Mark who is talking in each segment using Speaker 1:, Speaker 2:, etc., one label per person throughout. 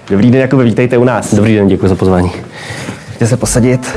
Speaker 1: Dobrý den, Jakube, vítejte u nás.
Speaker 2: Dobrý den, děkuji za pozvání.
Speaker 1: Můžete se posadit.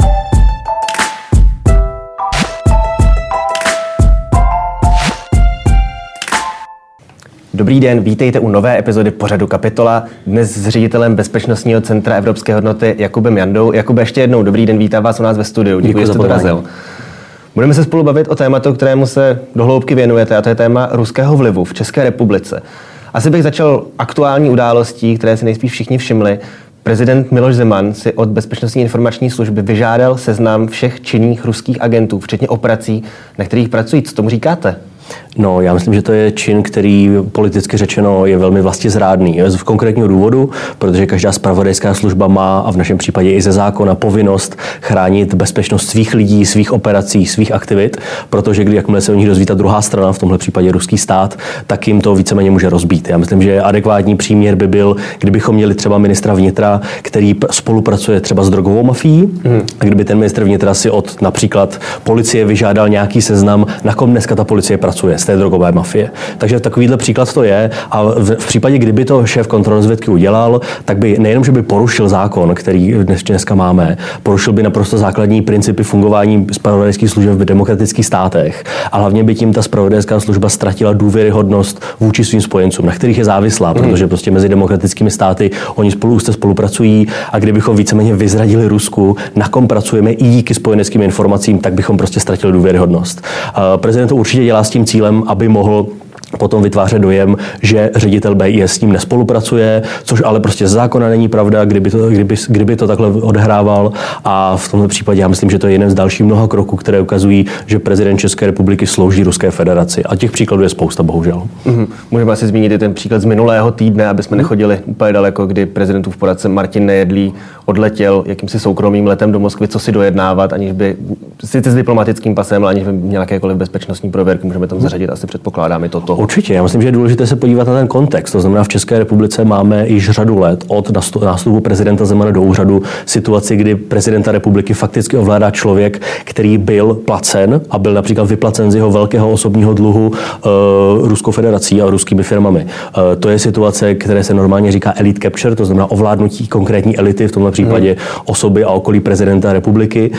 Speaker 1: Dobrý den, vítejte u nové epizody pořadu Kapitola. Dnes s ředitelem Bezpečnostního centra Evropské hodnoty Jakubem Jandou. Jakube, ještě jednou dobrý den, vítám vás u nás ve studiu. Děkuji, že jste dorazil. Budeme se spolu bavit o tématu, kterému se dohloubky věnujete, a to je téma ruského vlivu v České republice. Asi bych začal aktuální událostí, které si nejspíš všichni všimli. Prezident Miloš Zeman si od Bezpečnostní informační služby vyžádal seznam všech činných ruských agentů, včetně operací, na kterých pracují. Co tomu říkáte?
Speaker 2: No, já myslím, že to je čin, který politicky řečeno je velmi vlastizrádný. Z konkrétního důvodu, protože každá zpravodajská služba má, a v našem případě i ze zákona, povinnost chránit bezpečnost svých lidí, svých operací, svých aktivit, protože jakmile se o nich dozví ta druhá strana, v tomhle případě ruský stát, tak jim to víceméně může rozbít. Já myslím, že adekvátní příměr by byl, kdybychom měli třeba ministra vnitra, který spolupracuje třeba s drogovou mafií, a kdyby ten ministr vnitra si od například policie vyžádal nějaký seznam, na kom dneska ta policie pracuje z té drogové mafie. Takže takovýhle příklad to je, a v případě, kdyby to šéf kontrolní udělal, tak by nejenom, že by porušil zákon, který dneska máme, porušil by naprosto základní principy fungování zpravodajských služeb v demokratických státech, a hlavně by tím ta zpravodajská služba ztratila důvěryhodnost vůči svým spojencům, na kterých je závislá, protože prostě mezi demokratickými státy oni úzce spolupracují, a kdybychom víceméně vyzradili Rusku, na kom pracujeme i díky spojeneckým informacím, tak bychom prostě ztratili důvěryhodnost. Prezident to určitě dělá s tím cílem, aby mohl potom vytvářet dojem, že ředitel BIS s ním nespolupracuje, což ale prostě z zákona není pravda, kdyby to takhle odehrával, a v tomto případě já myslím, že to je jeden z dalších mnoha kroků, které ukazují, že prezident České republiky slouží Ruské federaci. A těch příkladů je spousta, bohužel.
Speaker 1: Můžeme asi zmínit i ten příklad z minulého týdne, aby jsme nechodili úplně daleko, kdy prezidentův poradce Martin Nejedlý odletěl jakýmsi soukromým letem do Moskvy, co si dojednávat, aniž by sice s diplomatickým pasem, ale aniž by měl jakékoliv bezpečnostní prověrky. Můžeme tam zařadit, asi předpokládám i toto.
Speaker 2: Určitě, já myslím, že je důležité se podívat na ten kontext. To znamená, v České republice máme již řadu let od nástupu prezidenta Zemana do úřadu situaci, kdy prezidenta republiky fakticky ovládá člověk, který byl placen a byl například vyplacen z jeho velkého osobního dluhu Ruskou federací a ruskými firmami. To je situace, které se normálně říká elite capture, to znamená ovládnutí konkrétní elity, v tomhle případě osoby a okolí prezidenta republiky,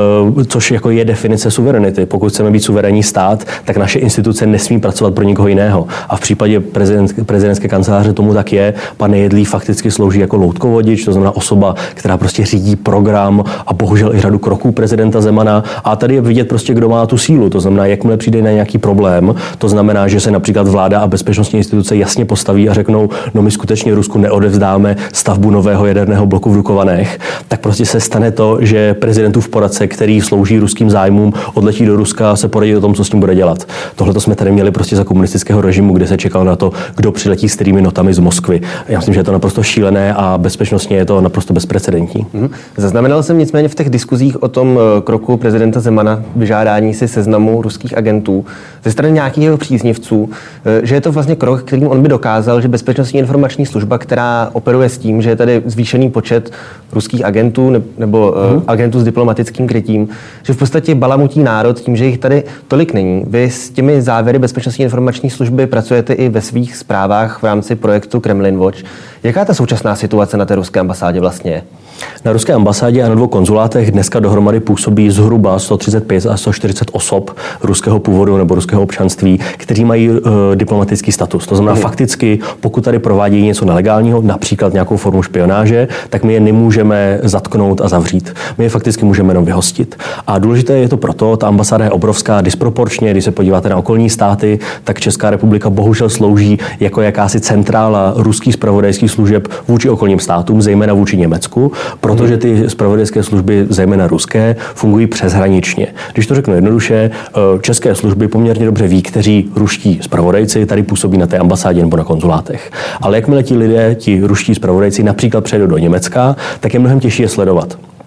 Speaker 2: což jako je definice suverenity. Pokud chceme být suverénní stát, tak naše instituce nesmí pracovat pro nikoho jiného. A v případě prezidentské kanceláře tomu tak je. Pan Nejedlý fakticky slouží jako loutkovodič, to znamená osoba, která prostě řídí program a bohužel i řadu kroků prezidenta Zemana. A tady je vidět prostě, kdo má tu sílu. To znamená, jakmile přijde na nějaký problém, to znamená, že se například vláda a bezpečnostní instituce jasně postaví a řeknou, no my skutečně Rusku neodevzdáme stavbu nového jaderného bloku v Dukovanech, tak prostě se stane to, že prezidentův poradce, který slouží ruským zájmům, odletí do Ruska a se poradí o tom, co s tím bude dělat. Tohle to jsme tady měli prostě za komunistického režimu, kde se čekalo na to, kdo přiletí s kterými notami z Moskvy. Já myslím, že je to naprosto šílené a bezpečnostně je to naprosto bezprecedentní.
Speaker 1: Zaznamenal jsem nicméně v těch diskuzích o tom kroku prezidenta Zemana vyžádání si seznamu ruských agentů ze strany nějakých jeho příznivců, že je to vlastně krok, kterým on by dokázal, že Bezpečnostní informační služba, která operuje s tím, že je tady zvýšený počet ruských agentů nebo agentů s diplomatickým krytím, že v podstatě balamutí národ tím, že jich tady tolik není. Vy s těmi závěry Bezpečnostní informační služby pracujete i ve svých zprávách v rámci projektu Kremlin Watch. Jaká ta současná situace na té ruské ambasádě vlastně je?
Speaker 2: Na ruské ambasádě a na 2 konzulátech dneska dohromady působí zhruba 135 až 140 osob ruského původu nebo ruského občanství, kteří mají diplomatický status. To znamená fakticky, pokud tady provádějí něco nelegálního, například nějakou formu špionáže, tak my je nemůžeme zatknout a zavřít. My je fakticky můžeme jenom vyhostit. A důležité je to proto, ta ambasáda je obrovská, disproporčně, když se podíváte na okolní státy, tak Česká republika bohužel slouží jako jakási centrála ruských zpravodajských služeb vůči okolním státům, zejména vůči Německu, protože ty zpravodajské služby, zejména ruské, fungují přeshraničně. Když to řeknu jednoduše, české služby poměrně dobře ví, kteří ruští zpravodajci tady působí na té ambasádě nebo na konzulátech. Ale jakmile ti lidé, ti ruští zpravodajci například přejdou do Německa, tak je mnohem těžší je sledovat.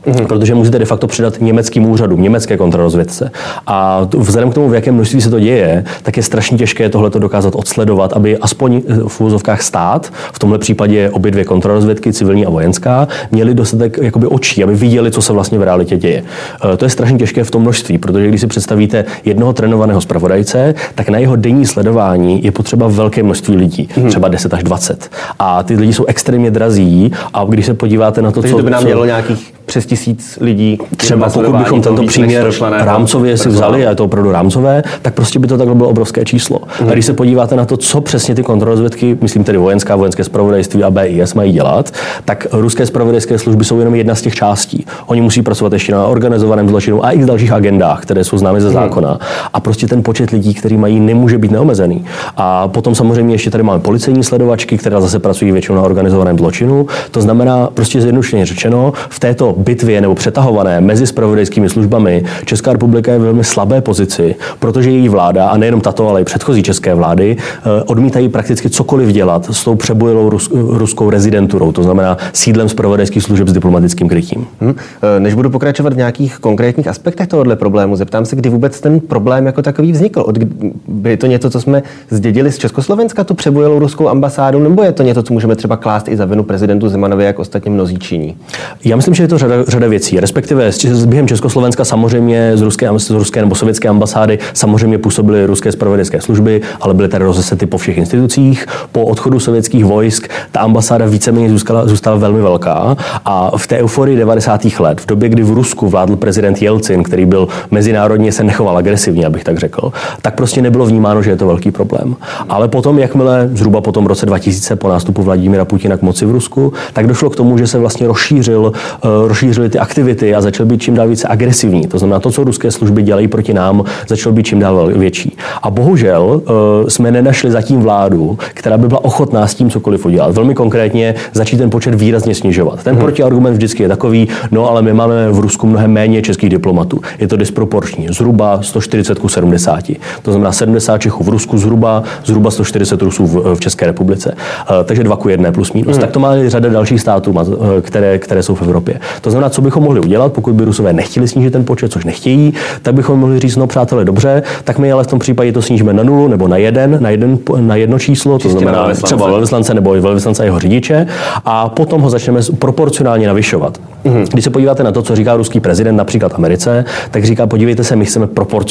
Speaker 2: protože musíte de facto předat německým úřadům, německé kontrarozvědce. A vzhledem k tomu, v jakém množství se to děje, tak je strašně těžké tohleto dokázat odsledovat, aby aspoň v úvozovkách stát, v tomhle případě obě dvě kontrarozvědky, civilní a vojenská, měli dostatek jakoby očí, aby viděli, co se vlastně v realitě děje. To je strašně těžké v tom množství, protože když si představíte jednoho trénovaného zpravodajce, tak na jeho denní sledování je potřeba velké množství lidí, třeba 10 až 20. A ty lidi jsou extrémně drazí a když se podíváte na to,
Speaker 1: takže
Speaker 2: co...
Speaker 1: to by nám mělo nějakých přes 1000 lidí.
Speaker 2: Třeba pokud bychom tento příměr rámcově si vzali, a je to opravdu rámcové, tak prostě by to takhle bylo obrovské číslo. A když se podíváte na to, co přesně ty kontrarozvědky, myslím tedy vojenské zpravodajství a BIS mají dělat, tak ruské zpravodajské služby jsou jenom jedna z těch částí. Oni musí pracovat ještě na organizovaném zločinu a i dalších agendách, které jsou známy ze zákona. A prostě ten počet lidí, který mají, nemůže být neomezený. A potom samozřejmě ještě tady máme policejní sledovačky, které zase pracují většinou na organizovaném zločinu. To znamená, prostě zjednodušeně řečeno, v této bitvě nebo přetahované mezi zpravodajskými službami Česká republika je v velmi slabé pozici, protože její vláda, a nejenom tato, ale i předchozí české vlády, odmítají prakticky cokoliv dělat s tou přebujelou ruskou rezidenturou, to znamená sídlem zpravodajských služeb s diplomatickým krytím.
Speaker 1: Než budu pokračovat v nějakých konkrétních aspektech tohoto problému, zeptám se, kdy vůbec ten problém jako takový vznikl. Je to něco, co jsme zdědili z Československa, tu přebujelou ruskou ambasádu, nebo je to něco, co můžeme třeba klást i za vinu prezidentu Zemanovi, jak ostatně mnozí činí?
Speaker 2: Já myslím, že je to řada věcí, respektive během Československa samozřejmě z ruské nebo sovětské ambasády samozřejmě působily ruské zpravodajské služby, ale byly tady rozesety po všech institucích. Po odchodu sovětských vojsk ta ambasáda víceméně zůstala velmi velká a v té euforii 90. let, v době, kdy v Rusku vládl prezident Jelcin, který byl mezinárodně se nechoval agresivně, abych tak řekl, tak prostě nebylo vnímáno, že je to velký problém. Ale potom, jakmile zhruba po tom roce 2000 po nástupu Vladimira Putina k moci v Rusku, tak došlo k tomu, že se vlastně rozšířily ty aktivity a začaly být čím dál více agresivní. To znamená, to, co ruské služby dělají proti nám, začalo být čím dál větší. A bohužel jsme nenašli zatím vládu, která by byla ochotná s tím cokoliv udělat. Velmi konkrétně začít ten počet výrazně snižovat. Ten protiargument vždycky je takový, no ale my máme v Rusku mnohem méně českých diplomatů. Je to disproporční. Zhruba 140 ku 70. To znamená 70 Čechů v Rusku, zhruba 140 Rusů v České republice. Takže 2:1 plus minus. Tak to má řada dalších států, které jsou v Evropě. To znamená, co bychom mohli udělat, pokud by Rusové nechtěli snížit ten počet, což nechtějí, tak bychom mohli říct, no přátelé, dobře, tak my ale v tom případě to snížíme na 0 nebo na jedno číslo, to znamená třeba velvyslance nebo velvyslance a jeho řidiče, a potom ho začneme proporcionálně navyšovat. Když se podíváte na to, co říká ruský prezident například Americe, tak říká, podívejte se, my chceme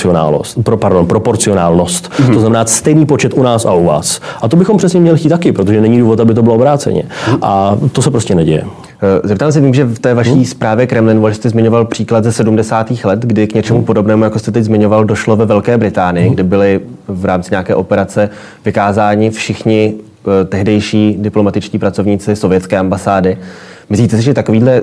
Speaker 2: proporcionálnost. To znamená stejný počet u nás a u vás. A to bychom přesně měli chtít taky, protože není důvod, aby to bylo obráceně. A to se prostě neděje.
Speaker 1: Zeptám se, vím, že v té vaší zprávě Kremlin, jste zmiňoval příklad ze 70. let, kdy k něčemu podobnému, jako jste teď zmiňoval, došlo ve Velké Británii, kde byli v rámci nějaké operace vykázáni všichni tehdejší diplomatičtí pracovníci sovětské ambasády. Myslíte si, že takovýhle,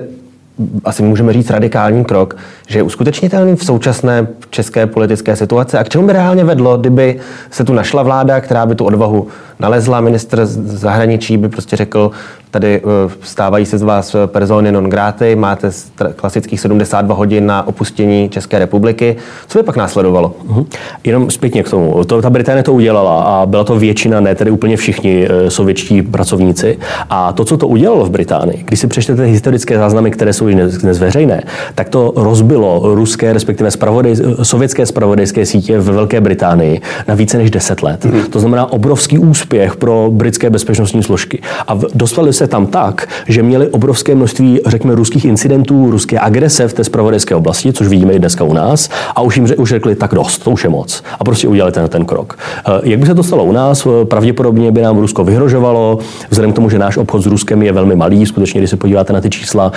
Speaker 1: asi můžeme říct, radikální krok, že je uskutečnitelný v současné české politické situaci a k čemu by reálně vedlo, kdyby se tu našla vláda, která by tu odvahu nalezla, ministr zahraničí by prostě řekl, tady stávají se z vás persony non grata, máte klasických 72 hodin na opuštění České republiky. Co by pak následovalo?
Speaker 2: Jenom zpětně k tomu. Ta Británie to udělala a byla to většina, ne tedy úplně všichni sovětští pracovníci. A to, co to udělalo v Británii, když si přečtete historické záznamy, které jsou dnes veřejné, tak to rozbilo ruské, respektive sovětské zpravodajské sítě ve Velké Británii na více než 10 let. To znamená obrovský úspěch pro britské bezpečnostní složky. A dostali se tam tak, že měli obrovské množství, řekněme, ruských incidentů, ruské agrese v té zpravodajské oblasti, což vidíme i dneska u nás, a už jim řekli, tak dost, to už je moc. A prostě udělali ten krok. Jak by se to stalo u nás? Pravděpodobně by nám Rusko vyhrožovalo, vzhledem k tomu, že náš obchod s Ruskem je velmi malý, skutečně, když se podíváte na ty čísla,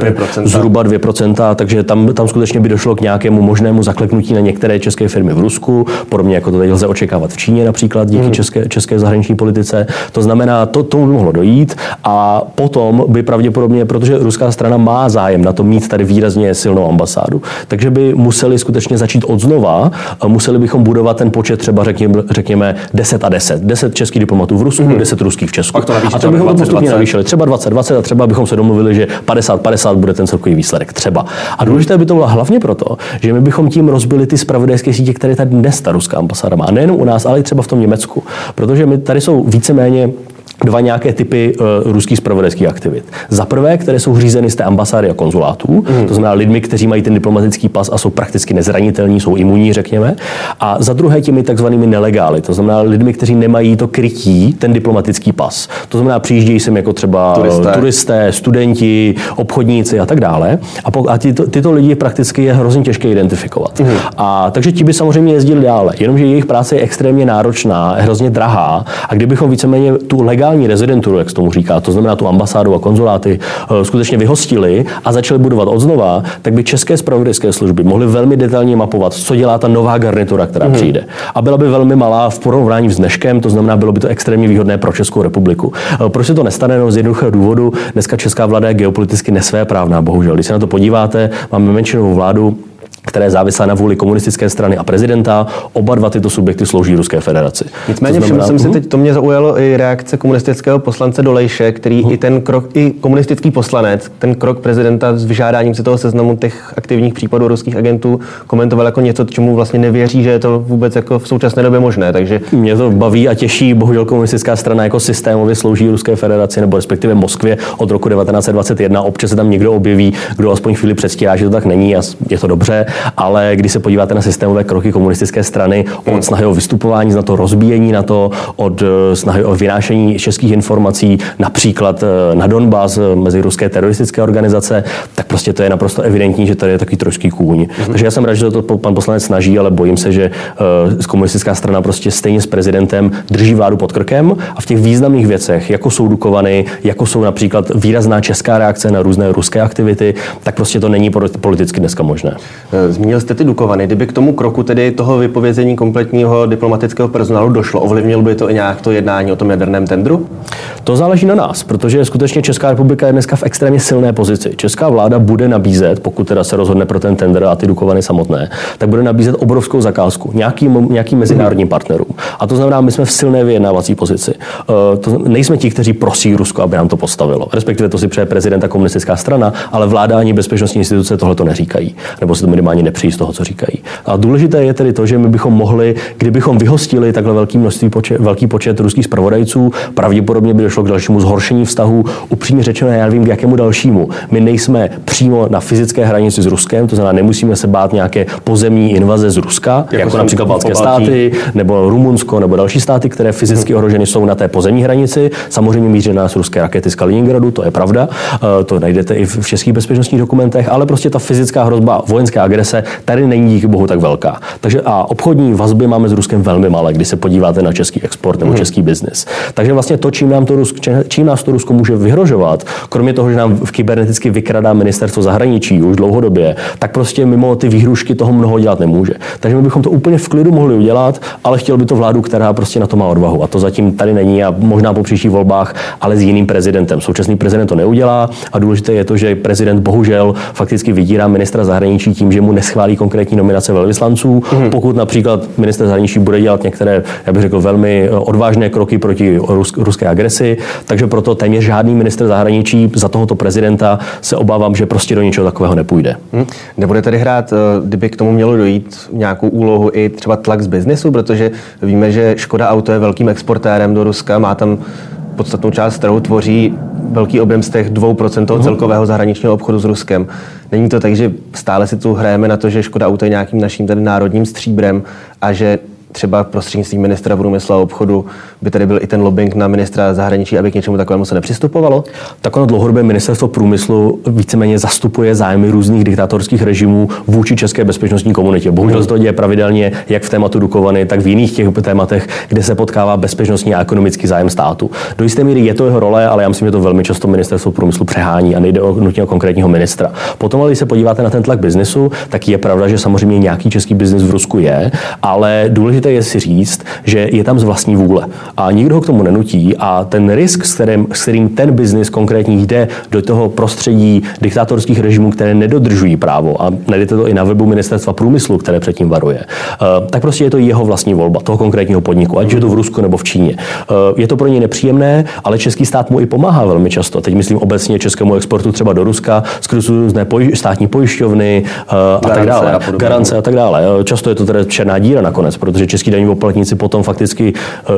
Speaker 2: zhruba 2%, takže tam skutečně by došlo k nějakému možnému zakleknutí na některé české firmy v Rusku, podobně jako to teď lze očekávat v Číně například díky české zahraniční politice. To znamená, tomu by mohlo dojít a potom by pravděpodobně, protože ruská strana má zájem na to mít tady výrazně silnou ambasádu, takže by museli skutečně začít odznova, museli bychom budovat ten počet třeba řekněme 10 a 10. 10 českých diplomatů v Rusku, 10 ruských v Česku. A to bychom to postupně navýšili. Třeba 20 a třeba bychom se domluvili, že 50 bude ten celkový výsledek. Třeba. A důležité by to bylo hlavně proto, že my bychom tím rozbili ty zpravodajské sítě, které tady dnes ta ruská ambasáda má. A nejenom u nás, ale i třeba v tom Německu. Protože my tady jsou víceméně dva nějaké typy ruských zpravodajských aktivit. Za prvé, které jsou řízeny z té ambasády a konzulátů, to znamená lidmi, kteří mají ten diplomatický pas a jsou prakticky nezranitelní, jsou imunní, řekněme. A za druhé těmi takzvanými nelegály, to znamená lidmi, kteří nemají to krytí, ten diplomatický pas. To znamená, přijíždějí sem jako třeba turisté, studenti, obchodníci a tak dále. A tyto lidi prakticky je hrozně těžké identifikovat. A takže ti by samozřejmě jezdili dále, jenomže jejich práce je extrémně náročná, hrozně drahá. A kdybychom víceméně tu legální rezidenturu, jak se tomu říká, to znamená tu ambasádu a konzuláty, skutečně vyhostili a začali budovat odznova, tak by české zpravodajské služby mohly velmi detailně mapovat, co dělá ta nová garnitura, která přijde. A byla by velmi malá v porovnání s dneškem, to znamená, bylo by to extrémně výhodné pro Českou republiku. Proč se to nestane? No, z jednoduchého důvodu. Dneska česká vláda je geopoliticky nesvéprávná, bohužel. Když se na to podíváte, máme menšinovou vládu, která je závislá na vůli komunistické strany a prezidenta. Oba dva tyto subjekty slouží Ruské federaci.
Speaker 1: Nicméně všiml jsem si teď, to mě zaujalo i reakce komunistického poslance Dolejše, který i ten krok, i komunistický poslanec, ten krok prezidenta s vyžádáním si toho seznamu těch aktivních případů ruských agentů komentoval jako něco, čemu vlastně nevěří, že je to vůbec jako v současné době možné. Takže
Speaker 2: mě to baví a těší, bohužel komunistická strana jako systémově slouží Ruské federaci nebo respektive Moskvě od roku 1921. Občas se tam někdo objeví, kdo aspoň chvíli předstírá, že to tak není a je to dobře. Ale když se podíváte na systémové kroky komunistické strany, od snahy o vystupování, na to rozbíjení, na to od snahy o vynášení českých informací, například na Donbas mezi ruské teroristické organizace, tak prostě to je naprosto evidentní, že tady je takový trošký kůň. Takže já jsem rád, že to pan poslanec snaží, ale bojím se, že komunistická strana prostě stejně s prezidentem drží vládu pod krkem a v těch významných věcech, jako jsou Dukovany, jako jsou například výrazná česká reakce na různé ruské aktivity, tak prostě to není politicky dneska možné.
Speaker 1: Zmínil jste ty Dukovany. Kdyby k tomu kroku tedy toho vypovězení kompletního diplomatického personálu došlo, ovlivnil by to i nějak to jednání o tom jaderném tendru?
Speaker 2: To záleží na nás, protože skutečně Česká republika je dneska v extrémně silné pozici. Česká vláda bude nabízet, pokud teda se rozhodne pro ten tender a ty Dukovany samotné, tak bude nabízet obrovskou zakázku nějakým mezinárodním partnerům. A to znamená, my jsme v silné vyjednávací pozici. Nejsme ti, kteří prosí Rusko, aby nám to postavilo. Respektive to si přeje prezident a komunistická strana, ale vláda ani bezpečnostní instituce tohle to neříkají. Nebo se to minimálně nepřijí z toho, co říkají. A důležité je tedy to, že my bychom mohli, kdybychom vyhostili takhle velký počet ruských zpravodajců, pravděpodobně by došlo k dalšímu zhoršení vztahu. Upřímně řečeno, já nevím, k jakému dalšímu. My nejsme přímo na fyzické hranici s Ruskem, to znamená, nemusíme se bát nějaké pozemní invaze z Ruska, jako například baltské státy, nebo Rumunsko, nebo další státy, které fyzicky ohroženy jsou na té pozemní hranici. Samozřejmě míří na nás ruské rakety z Kaliningradu, to je pravda. To najdete i v českých bezpečnostních dokumentech, ale prostě ta fyzická hrozba vojenské agrese tady není díky bohu tak velká. Takže a obchodní vazby máme s Ruskem velmi malé, když se podíváte na český export nebo český biznis. Takže vlastně to, čím nás to Rusko může vyhrožovat, kromě toho, že nám v kyberneticky vykradá ministerstvo zahraničí už dlouhodobě, tak prostě mimo ty výhrušky toho mnoho dělat nemůže. Takže my bychom to úplně v klidu mohli udělat, ale chtěl by to vládu, která prostě na to má odvahu. A to zatím tady není a možná po příštích volbách, ale s jiným prezidentem. Současný prezident to neudělá a důležité je to, že prezident bohužel fakticky vydírá ministra zahraničí tím, že mu neschválí konkrétní nominace velvyslanců. Pokud například ministr zahraničí bude dělat některé, já bych řekl, velmi odvážné kroky proti ruské agresi, takže proto téměř žádný ministr zahraničí za tohoto prezidenta se obávám, že prostě do ničeho takového nepůjde.
Speaker 1: Nebude tedy hrát, kdyby k tomu mělo dojít, nějakou úlohu i třeba tlak z biznesu, protože víme, že Škoda Auto je velkým exportérem do Ruska, má tam podstatnou část trhu, tvoří velký objem z těch 2% toho celkového zahraničního obchodu s Ruskem. Není to tak, že stále si tu hrajeme na to, že Škoda Auto je nějakým naším tady národním stříbrem a že třeba prostřednictvím ministra průmyslu a obchodu by tady byl i ten lobbying na ministra zahraničí, aby k něčemu takovému se nepřistupovalo?
Speaker 2: Tak ono dlouhodobě ministerstvo průmyslu víceméně zastupuje zájmy různých diktátorských režimů vůči české bezpečnostní komunitě. Bohužel se to děje pravidelně jak v tématu Dukovany, tak v jiných těch tématech, kde se potkává bezpečnostní a ekonomický zájem státu. Do jisté míry je to jeho role, ale já myslím, že to velmi často ministerstvo průmyslu přehání a nejde nutně o konkrétního ministra. Potom, když se podíváte na ten tlak biznesu, tak je pravda, že samozřejmě nějaký český biznis v Rusku je, ale důležité je si říct, že je tam z vlastní vůle. A nikdo ho k tomu nenutí a ten risk, s kterým ten biznis konkrétně jde do toho prostředí diktátorských režimů, které nedodržují právo, a najdete to i na webu ministerstva průmyslu, které předtím varuje, tak prostě je to jeho vlastní volba, toho konkrétního podniku, ať je to v Rusku nebo v Číně. Je to pro něj nepříjemné, ale český stát mu i pomáhá velmi často. Teď myslím obecně českému exportu třeba do Ruska, skrz různé státní pojišťovny a tak dále, garance a tak dále. Často je to teda černá díra nakonec, protože český daňoví poplatníci potom fakticky dotují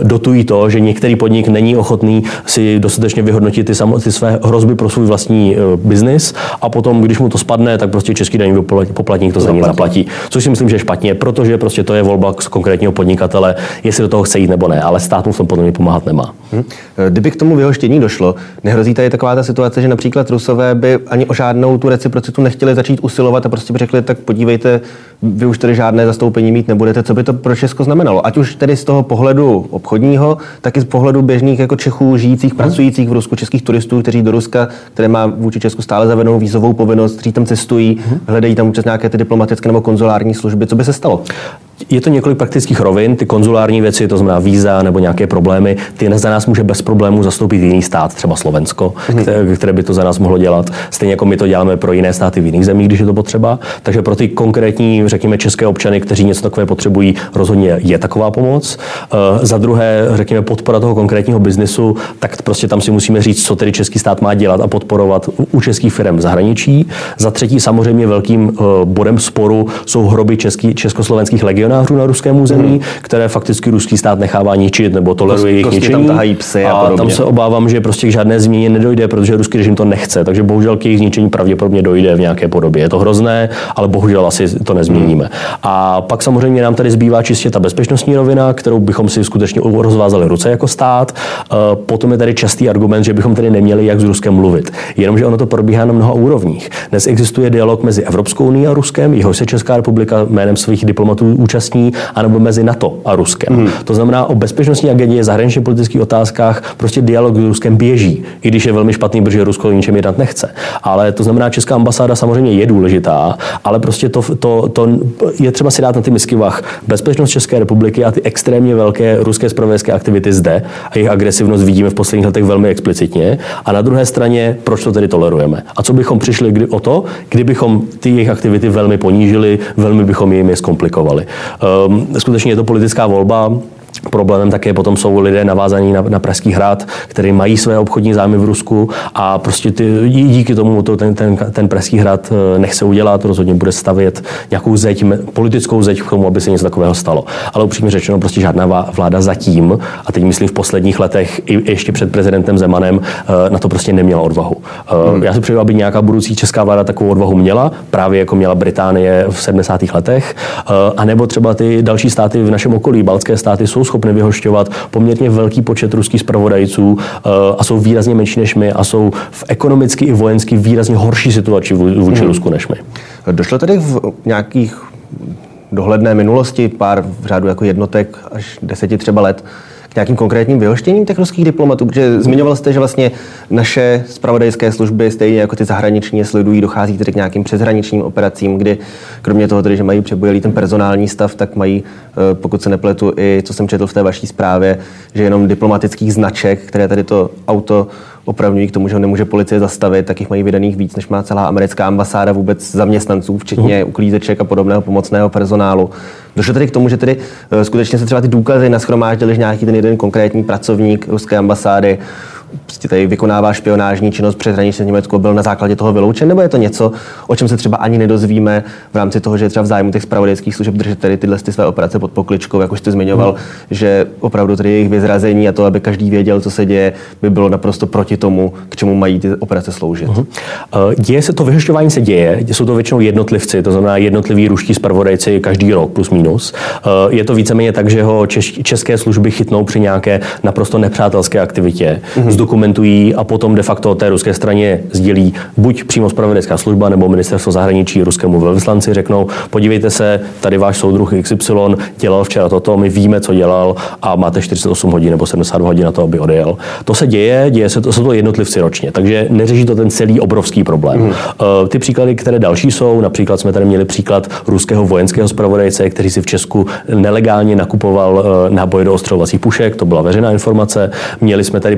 Speaker 2: to, že některý podnik není ochotný si dostatečně vyhodnotit ty své hrozby pro svůj vlastní biznis a potom, když mu to spadne, tak prostě český daňový poplatník to za něj zaplatí. Což si myslím, že je špatně, protože prostě to je volba z konkrétního podnikatele, jestli do toho chce jít nebo ne, ale stát mu v tom potom pomáhat nemá.
Speaker 1: Kdyby k tomu vyhoštění došlo, nehrozí tady taková ta situace, že například Rusové by ani o žádnou tu reciprocitu nechtěli začít usilovat a prostě by řekli, tak podívejte, vy už tady žádné zastoupení mít nebudete, co by to pro Česko znamenalo? Ať už tedy z toho pohledu obchodního, tak i z pohledu běžných jako Čechů žijících, pracujících v Rusku, českých turistů, kteří do Ruska, které má vůči Česku stále zavedenou vízovou povinnost, kteří tam cestují, hledají tam přes nějaké ty diplomatické nebo konzulární služby. Co by se stalo?
Speaker 2: Je to několik praktických rovin, ty konzulární věci, to znamená víza nebo nějaké problémy, ty za nás může bez problémů zastoupit jiný stát, třeba Slovensko, které by to za nás mohlo dělat. Stejně jako my to děláme pro jiné státy v jiných zemích, když je to potřeba. Takže pro ty konkrétní, řekněme, české občany, kteří něco takové potřebují, rozhodně je taková pomoc. Za druhé, řekněme, podpora toho konkrétního biznesu, tak prostě tam si musíme říct, co tedy český stát má dělat a podporovat u českých firm v zahraničí. Za třetí, samozřejmě velkým bodem sporu jsou hroby československých legionářů na ruském území, které fakticky ruský stát nechává ničit nebo toleruje jejich ničení.
Speaker 1: Tam tahají psy a podobně.
Speaker 2: Tam se obávám, že prostě k žádné změně nedojde, protože ruský režim to nechce, takže bohužel k jejich zničení pravděpodobně dojde v nějaké podobě. Je to hrozné, ale bohužel asi to nezměníme. A pak samozřejmě nám tady zbývá čistě ta bezpečnostní rovina, kterou bychom si skutečně rozvázali ruce jako stát. Potom je tady častý argument, že bychom tady neměli jak s Ruskem mluvit. Jenomže ono to probíhá na mnoha úrovních. Dnes existuje dialog mezi Evropskou unií a Ruskem, jehož se Česká republika jménem svých diplomatů účastní, anebo mezi NATO a Ruskem. To znamená, o bezpečnostní agendě, zahraničně politických otázkách prostě dialog s Ruskem běží, i když je velmi špatný, protože Rusko o ničem jednat nechce. Ale to znamená, česká ambasáda samozřejmě je důležitá, ale prostě to je třeba si dát na ty misky vah. Bezpečnost České republiky a ty extrémně velké ruské zpravodajské aktivity zde a jejich agresivnost vidíme v posledních letech velmi explicitně. A na druhé straně, proč to tedy tolerujeme? A co bychom přišli o to, kdybychom ty jejich aktivity velmi ponížili, velmi bychom jim je zkomplikovali. Skutečně je to politická volba. Problémem také potom jsou lidé navázaní na Pražský hrad, kteří mají své obchodní zájmy v Rusku a prostě díky tomu ten Pražský hrad nechce udělat, rozhodně bude stavět nějakou zeď, politickou zeď k tomu, aby se něco takového stalo. Ale upřímně řečeno, prostě žádná vláda zatím, a teď myslím v posledních letech i ještě před prezidentem Zemanem, na to prostě neměla odvahu. Já si přeju, aby nějaká budoucí česká vláda takovou odvahu měla, právě jako měla Británie v 70. letech, anebo třeba ty další státy v našem okolí, baltské státy, jsou schopny vyhošťovat poměrně velký počet ruských zpravodajců a jsou výrazně menší než my a jsou v ekonomicky i vojensky výrazně horší situaci vůči Rusku než my.
Speaker 1: Došlo tady v nějakých dohledné minulosti, pár v řádu jako jednotek až 10 třeba let, k nějakým konkrétním vyhoštěním těch ruských diplomatů? Protože zmiňoval jste, že vlastně naše zpravodajské služby, stejně jako ty zahraniční, sledují, dochází tedy k nějakým přeshraničním operacím, kdy kromě toho, tedy, že mají přebujelý ten personální stav, tak mají, pokud se nepletu, i co jsem četl v té vaší zprávě, že jenom diplomatických značek, které tady to auto opravňují k tomu, že ho nemůže policie zastavit, tak jich mají vydaných víc, než má celá americká ambasáda vůbec zaměstnanců, včetně uklízeček a podobného pomocného personálu. Došlo tedy k tomu, že tedy skutečně se třeba ty důkazy nashromáždily, že nějaký ten jeden konkrétní pracovník ruské ambasády prostě tady vykonává špionážní činnost přeshraničně v Německu, byl na základě toho vyloučen, nebo je to něco, o čem se třeba ani nedozvíme v rámci toho, že je třeba v zájmu těch zpravodajských služeb držet tady tyhle své operace pod pokličkou, jak už jste zmiňoval, že opravdu tady jejich vyzrazení a to, aby každý věděl, co se děje, by bylo naprosto proti tomu, k čemu mají ty operace sloužit.
Speaker 2: Děje se to, vyhošťování se děje, jsou to většinou jednotlivci, to znamená jednotliví ruští zpravodajci každý rok plus minus. Je to víceméně tak, že ho české služby chytnou při nějaké naprosto nepřátelské aktivitě. Dokumentují a potom de facto té ruské straně sdělí buď přímo zpravodajská služba nebo ministerstvo zahraničí ruskému velvyslanci, řeknou, podívejte se, tady váš soudruh XY dělal včera toto, my víme, co dělal a máte 48 hodin nebo 72 hodin na to, aby odjel. To se děje se to, jsou to jednotlivci ročně, takže neřeší to ten celý obrovský problém. Ty příklady, které další jsou, například jsme tady měli příklad ruského vojenského zpravodajce, který si v Česku nelegálně nakupoval náboje do ostřelovacích pušek, to byla veřejná informace. Měli jsme tady příklady,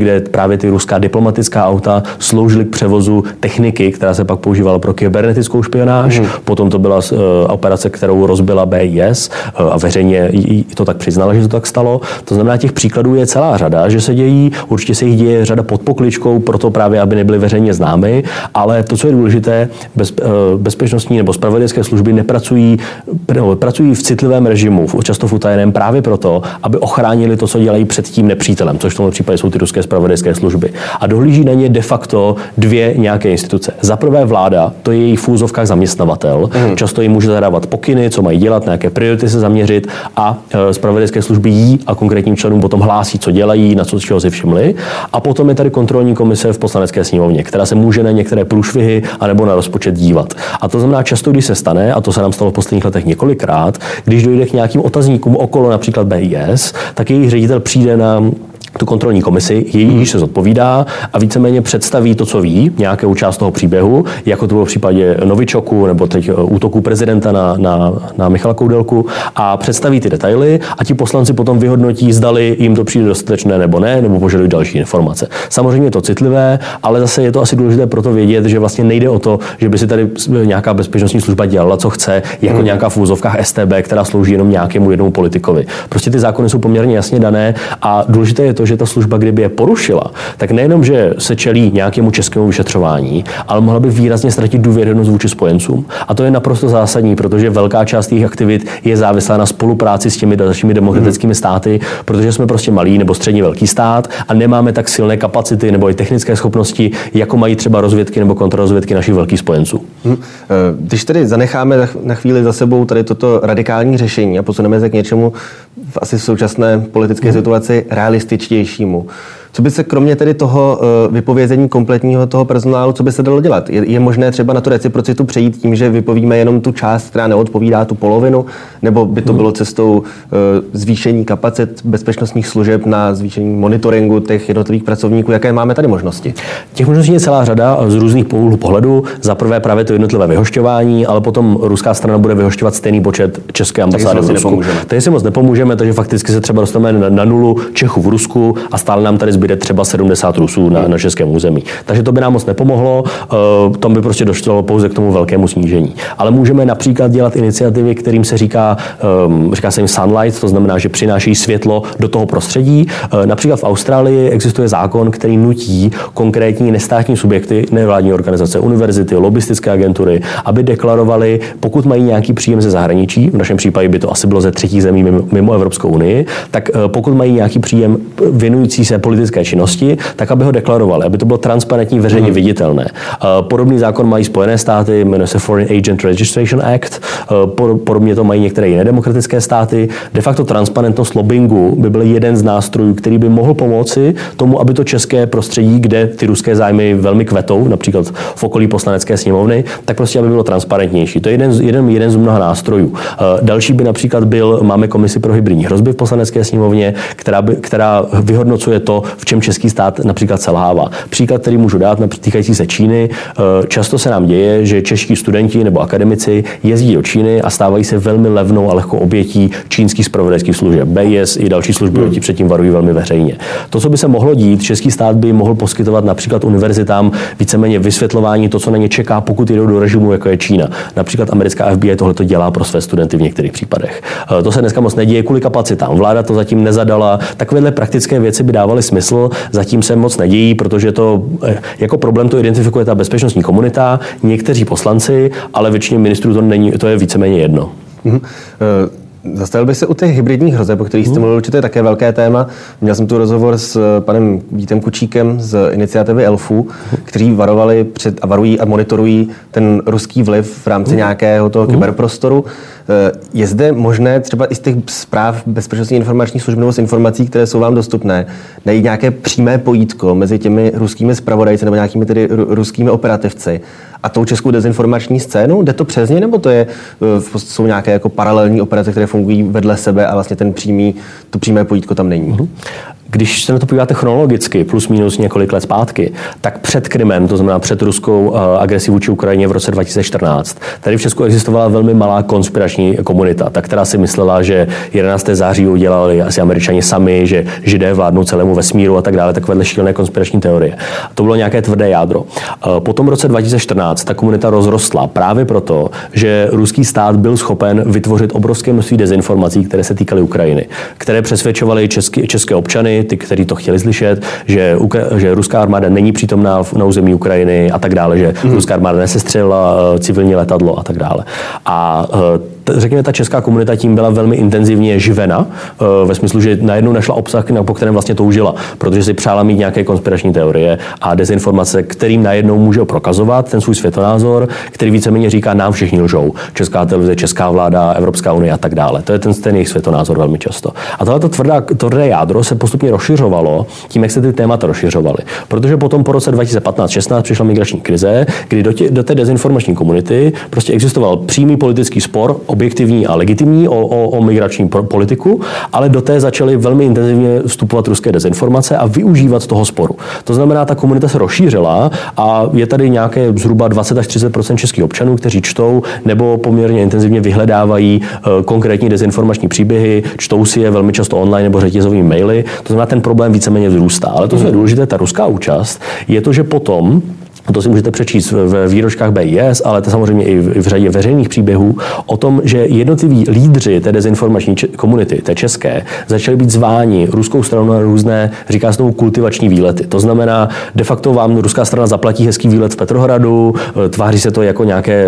Speaker 2: kde právě ty ruská diplomatická auta sloužily k převozu techniky, která se pak používala pro kybernetickou špionáž. Potom to byla operace, kterou rozbila BIS a veřejně to tak přiznala, že to tak stalo. To znamená, těch příkladů je celá řada, že se dějí, určitě se jich děje řada pod pokličkou, proto právě, aby nebyly veřejně známy, ale to, co je důležité, bezpečnostní nebo zpravodajské služby pracují v citlivém režimu, často v utajeném právě proto, aby ochránili to, co dělají před tím nepřítelem, což v tomto případě jsou ty ruské zpravodajské služby. A dohlíží na ně de facto dvě nějaké instituce. Za prvé vláda, to je její v úzovkách zaměstnavatel, často jim může zadávat pokyny, co mají dělat, na jaké priority se zaměřit a zpravodajské služby jí a konkrétním členům potom hlásí, co dělají, na co čeho si všimli. A potom je tady kontrolní komise v Poslanecké sněmovně, která se může na některé průšvihy anebo na rozpočet dívat. A to znamená často, když se stane, a to se nám stalo v posledních letech několikrát, když dojde k nějakým otazníkům okolo například BIS, tak jejich ředitel přijde na tu kontrolní komisi, jejíž se zodpovídá a víceméně představí to, co ví, nějakou část toho příběhu, jako to bylo v případě Novičoku nebo teď útoku prezidenta na Michala Koudelku a představí ty detaily a ti poslanci potom vyhodnotí, zdali jim to přijde dostatečné nebo ne, nebo požadují další informace. Samozřejmě je to citlivé, ale zase je to asi důležité proto vědět, že vlastně nejde o to, že by si tady nějaká bezpečnostní služba dělala, co chce, jako nějaká v úzovkách StB, která slouží jenom nějakému jednomu politikovi. Prostě ty zákony jsou poměrně jasně dané a důležité je to, že ta služba, kdyby je porušila, tak nejenom, že se čelí nějakému českému vyšetřování, ale mohla by výrazně ztratit důvěryhodnost vůči spojencům. A to je naprosto zásadní, protože velká část jejich aktivit je závislá na spolupráci s těmi dalšími demokratickými státy, protože jsme prostě malý nebo středně velký stát a nemáme tak silné kapacity nebo i technické schopnosti, jako mají třeba rozvědky nebo kontrarozvědky našich velkých spojenců.
Speaker 1: Když tedy zanecháme na chvíli za sebou tady toto radikální řešení a posuneme se k něčemu asi v současné politické situaci realističtějšímu. Co by se kromě tedy toho vypovězení kompletního toho personálu, co by se dalo dělat? Je možné třeba na tu reciprocitu přejít tím, že vypovíme jenom tu část, která neodpovídá tu polovinu, nebo by to bylo cestou zvýšení kapacit bezpečnostních služeb na zvýšení monitoringu těch jednotlivých pracovníků? Jaké máme tady možnosti? Těch
Speaker 2: možností je celá řada z různých úhlů pohledu. Za prvé právě to jednotlivé vyhošťování, ale potom ruská strana bude vyhošťovat stejný počet české ambasády v Rusku. Tady si moc nepomůžeme, takže fakticky se třeba dostaneme na nulu Čechů v Rusku a stále nám tady zbyde třeba 70 Rusů na českém území. Takže to by nám moc nepomohlo, tam by prostě došlo pouze k tomu velkému snížení. Ale můžeme například dělat iniciativy, kterým se říká se jim sunlight, to znamená, že přináší světlo do toho prostředí. Například v Austrálii existuje zákon, který nutí konkrétní nestátní subjekty, nevládní organizace, univerzity, lobbystické agentury, aby deklarovali, pokud mají nějaký příjem ze zahraničí, v našem případě by to asi bylo ze třetích zemí mimo Evropskou unii, tak pokud mají nějaký příjem věnující se politické činnosti, tak aby ho deklarovali, aby to bylo transparentní, veřejně viditelné. Podobný zákon mají Spojené státy, jmenuje se Foreign Agent Registration Act, podobně to mají některé jiné demokratické státy. De facto transparentnost lobbingu by byl jeden z nástrojů, který by mohl pomoci tomu, aby to české prostředí, kde ty ruské zájmy velmi kvetou, například v okolí Poslanecké sněmovny, tak prostě aby bylo transparentnější. To je jeden z mnoha nástrojů. Další by například máme komisi pro hybridní hrozby v Poslanecké sněmovně, která vyhodnocuje to, v čem český stát například selhává. Příklad, který můžu dát, týkající se Číny, často se nám děje, že čeští studenti nebo akademici jezdí do Číny a stávají se velmi levnou a lehkou obětí čínských zpravodajských služeb. BIS i další služby předtím varují velmi veřejně. To, co by se mohlo dít, český stát by mohl poskytovat například univerzitám víceméně vysvětlování to, co na ně čeká, pokud jdou do režimu, jako je Čína. Například americká FBI tohle to dělá pro své studenty v některých případech. To se dneska moc neděje kvůli kapacitám. Vláda to zatím nezadala. Takovéhle praktické věci by dávaly smysl. Zatím se moc nedějí, protože to jako problém to identifikuje ta bezpečnostní komunita, někteří poslanci, ale většině ministrů to je víceméně jedno.
Speaker 1: Zastavil bych se u těch hybridních hrozeb, o kterých jste mluvil, určitě je také velké téma. Měl jsem tu rozhovor s panem Vítem Kučíkem z iniciativy ELFu, kteří varují a monitorují ten ruský vliv v rámci nějakého toho kyberprostoru. Je zde možné třeba i z těch zpráv Bezpečnostní informační služby nebo z informací, které jsou vám dostupné, najít nějaké přímé pojítko mezi těmi ruskými zpravodajci nebo nějakými tedy ruskými operativci a tou českou dezinformační scénou? Jde to přes ně, nebo jsou nějaké jako paralelní operace, které fungují vedle sebe a vlastně to přímé pojítko tam není?
Speaker 2: Když se na to podíváte chronologicky, plus minus několik let zpátky, tak před Krymem, to znamená před ruskou agresí vůči Ukrajině v roce 2014, tady v Česku existovala velmi malá konspirační komunita, ta, která si myslela, že 11. září udělali asi Američani sami, že Židé vládnou celému vesmíru a tak dále, takovéhle šílené konspirační teorie. To bylo nějaké tvrdé jádro. Potom v roce 2014 ta komunita rozrostla právě proto, že ruský stát byl schopen vytvořit obrovské množství dezinformací, které se týkaly Ukrajiny, které přesvědčovaly české občany, ty, kteří to chtěli slyšet, že ruská armáda není přítomná na území Ukrajiny a tak dále, že ruská armáda nesestřelila civilní letadlo a tak dále. A řekněme, ta česká komunita tím byla velmi intenzivně živena, ve smyslu, že najednou našla obsah, po kterém vlastně toužila, protože si přála mít nějaké konspirační teorie a dezinformace, kterým najednou může prokazovat ten svůj světonázor, který víceméně říká, nám všichni lžou. Česká televize, česká vláda, Evropská unie a tak dále. To je ten jejich světonázor velmi často. A tohleto tvrdé jádro se postupně rozšiřovalo tím, jak se ty témata rozšiřovaly. Protože potom po roce 2015-16 přišla migrační krize, kdy do té dezinformační komunity prostě existoval přímý politický spor, objektivní a legitimní o migrační politiku, ale do té začaly velmi intenzivně vstupovat ruské dezinformace a využívat toho sporu. To znamená, ta komunita se rozšířila a je tady nějaké zhruba 20 až 30% českých občanů, kteří čtou nebo poměrně intenzivně vyhledávají konkrétní dezinformační příběhy, čtou si je velmi často online nebo řetězovými maily. To znamená, ten problém víceméně vzrůstá. Ale to, co je důležité, ta ruská účast, je to, že potom to si můžete přečíst v výročkách BIS, ale to samozřejmě i v řadě veřejných příběhů o tom, že jednotliví lídři té dezinformační komunity, té české, začali být zváni ruskou stranou na různé, říká se tomu, kultivační výlety. To znamená, de facto vám ruská strana zaplatí hezký výlet v Petrohradu, tváří se to jako nějaké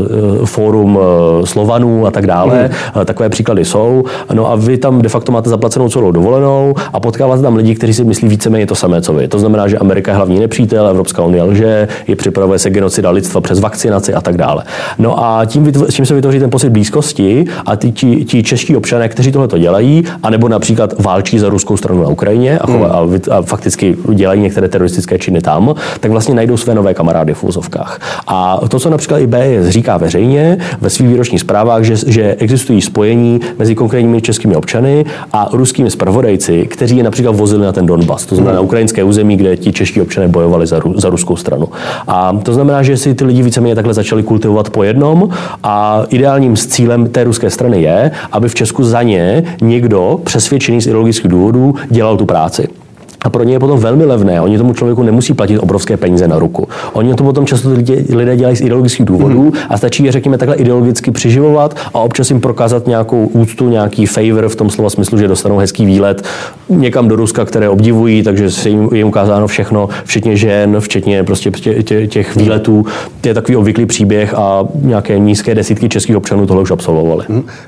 Speaker 2: fórum Slovanů a tak dále. Takové příklady jsou. No a vy tam de facto máte zaplacenou celou dovolenou a potkáváte tam lidi, kteří si myslí víceméně to samé, co vy. To znamená, že Amerika je hlavní nepřítel, Evropská unie lže, je připravuje se genocida lidstva přes vakcinaci a tak dále. No a tím se vytvoří ten pocit blízkosti a ti čeští občané, kteří tohle to dělají, anebo například válčí za ruskou stranu na Ukrajině a fakticky dělají některé teroristické činy tam, tak vlastně najdou své nové kamarády v úzovkách. A to, co například i BIS říká veřejně ve svých výročních zprávách, že existují spojení mezi konkrétními českými občany a ruskými zpravodajci, kteří je například vozili na ten Donbas, to znamená na ukrajinské území, kde ti čeští občané bojovali za ruskou stranu. A to znamená, že si ty lidi víceméně takhle začali kultivovat po jednom a ideálním cílem té ruské strany je, aby v Česku za ně někdo přesvědčený z ideologických důvodů dělal tu práci. A pro ně je potom velmi levné. Oni tomu člověku nemusí platit obrovské peníze na ruku. Oni to potom často lidé dělají z ideologických důvodů a stačí je, řekněme, takhle ideologicky přiživovat a občas jim prokázat nějakou úctu, nějaký favor v tom slova smyslu, že dostanou hezký výlet někam do Ruska, které obdivují, takže se jim ukázáno všechno, včetně žen, včetně prostě těch výletů. To je takový obvyklý příběh a nějaké nízké desítky českých občanů tohle už absolvovali.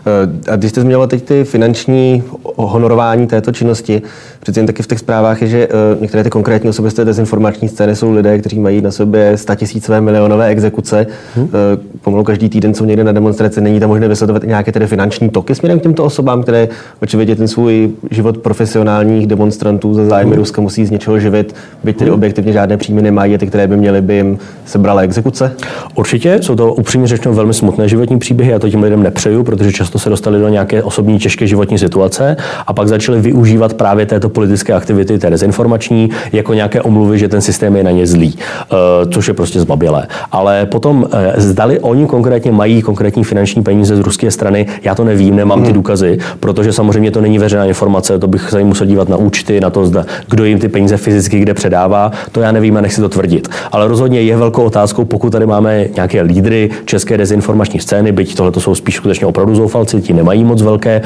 Speaker 1: A když jste zmínila teď ty finanční honorování této činnosti, přeci jen taky v těch zprávách je, že některé ty konkrétní osoby z té dezinformační scény jsou lidé, kteří mají na sobě 100 000 milionové exekuce. Pomalu každý týden jsou někde na demonstraci. Není tam možné vysledovat nějaké tedy finanční toky směrem k těmto osobám, které očividně ten svůj život profesionálních demonstrantů za zájmy Ruska musí z něčeho živit, byť tedy objektivně žádné příjmy nemají a ty, které by měly, by jim sebrala exekuce?
Speaker 2: Určitě jsou to upřímně řečeno velmi smutné životní příběhy. Já to těm lidem nepřeju, protože často se dostali do nějaké osobní těžké životní situace a pak začali využívat právě této politické aktivity, té dezinformační, jako nějaké omluvy, že ten systém je na ně zlý, což je prostě zbabělé. Ale potom zdali oni konkrétně mají konkrétní finanční peníze z ruské strany, já to nevím, nemám ty důkazy, protože samozřejmě to není veřejná informace, to bych se jim musel dívat na účty, na to, kdo jim ty peníze fyzicky kde předává, to já nevím a nechci to tvrdit. Ale rozhodně je velkou otázkou, pokud tady máme nějaké lídry české dezinformační scény, byť tohle to jsou spíš skutečně opravdu zoufalci, ti nemají moc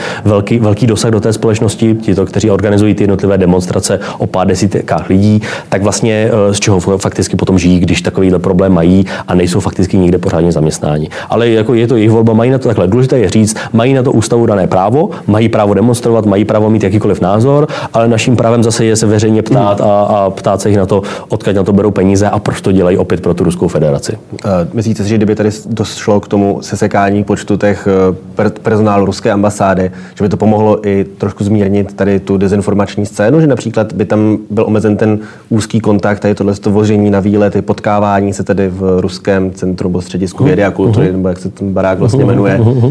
Speaker 2: velký dosah do té společnosti, ti to, kteří organizují ty jednotlivé demonstrace o pár desítkách lidí, tak vlastně z čeho fakticky potom žijí, když takovýhle problém mají a nejsou fakticky nikde pořádně zaměstnáni. Ale jako je to jejich volba, mají na to takhle. Důležité je říct, mají na to ústavu dané právo, mají právo demonstrovat, mají právo mít jakýkoliv názor, ale naším právem zase je se veřejně ptát a ptát se jich na to, odkud na to berou peníze a proč to dělají opět pro tu Ruskou federaci.
Speaker 1: Myslíte si, že kdyby tady došlo k tomu sesekání počtu těch personálu ruské ambasády, že by to pomohlo i trošku zmírnit tady tu dezinformační scénu, že například by tam byl omezen ten úzký kontakt, tady tohle vožení na výlety, potkávání se tedy v ruském centru nebo středisku vědy a kultury, nebo jak se ten barák vlastně jmenuje.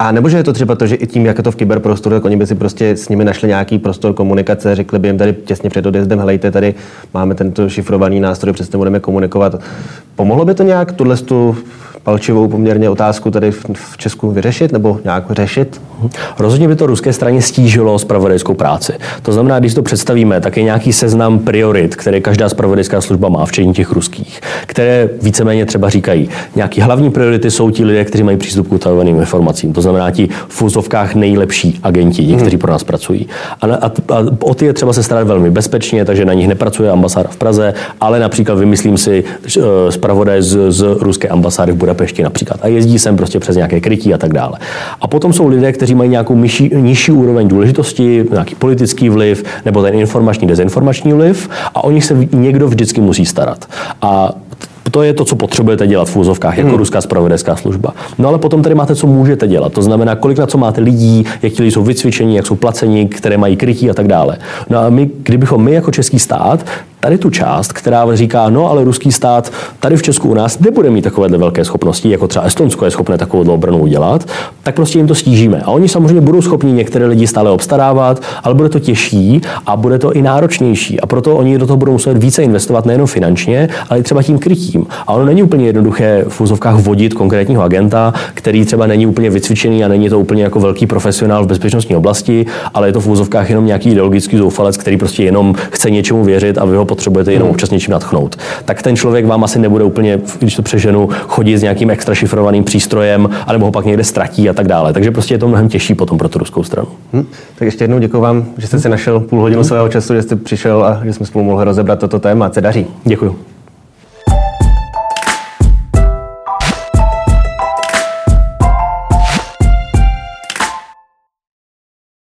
Speaker 1: A nebo že je to třeba to, že i tím, jak je to v kyberprostoru, tak oni by si prostě s nimi našli nějaký prostor komunikace, řekli by jim tady těsně před odjezdem, helejte, tady máme tento šifrovaný nástroj, přesně budeme komunikovat. Pomohlo by to nějak tu palčivou poměrně otázku tady v Česku vyřešit nebo nějak řešit?
Speaker 2: Rozhodně by to ruské straně stížilo zpravodajskou práci. To znamená, když to představíme, tak je nějaký seznam priorit, které každá zpravodajská služba má, včetně těch ruských, které víceméně třeba říkají, nějaký hlavní priority jsou ti lidé, kteří mají přístup k utajovaným informacím. To znamená ti v úzovkách nejlepší agenti, ti, kteří pro nás pracují. A o ty je třeba se starat velmi bezpečně, takže na nich nepracuje ambasáda v Praze, ale například vymyslím si zpravodaj z ruské ambasády v Budapešti například a jezdí sem prostě přes nějaké krytí a tak dále. A potom jsou lidé, kteří mají nějakou nižší úroveň důležitosti, nějaký politický vliv nebo ten informační, dezinformační vliv a o nich se někdo vždycky musí starat. A to je to, co potřebujete dělat v úzovkách jako ruská zpravodajská služba. No ale potom tady máte, co můžete dělat. To znamená, kolik na co máte lidí, jak ti lidi jsou vycvičení, jak jsou placeni, které mají krytí a tak dále. No a kdybychom my jako český stát tady tu část, která říká, no ale ruský stát tady v Česku u nás nebude mít takovéhle velké schopnosti, jako třeba Estonsko je schopné takovou obranu udělat, tak prostě jim to stížíme. A oni samozřejmě budou schopni některé lidi stále obstarávat, ale bude to těžší a bude to i náročnější. A proto oni do toho budou muset více investovat nejen finančně, ale i třeba tím krytím. A ono není úplně jednoduché v úzovkách vodit konkrétního agenta, který třeba není úplně vycvičený a není to úplně jako velký profesionál v bezpečnostní oblasti, ale je to v úzovkách jenom nějaký ideologický zoufalec, který prostě jenom chce něčemu věřit a vy ho potřebujete jenom občas něčím nadchnout. Tak ten člověk vám asi nebude úplně, když to přeženu, chodit s nějakým extra šifrovaným přístrojem, anebo ho pak někde ztratí a tak dále. Takže prostě je to mnohem těžší potom pro tu ruskou stranu.
Speaker 1: Tak ještě jednou děkuji vám, že jste si našel půl hodinu svého času, že jste přišel a že jsme spolu mohli rozebrat toto téma. Se daří.
Speaker 2: Děkuji.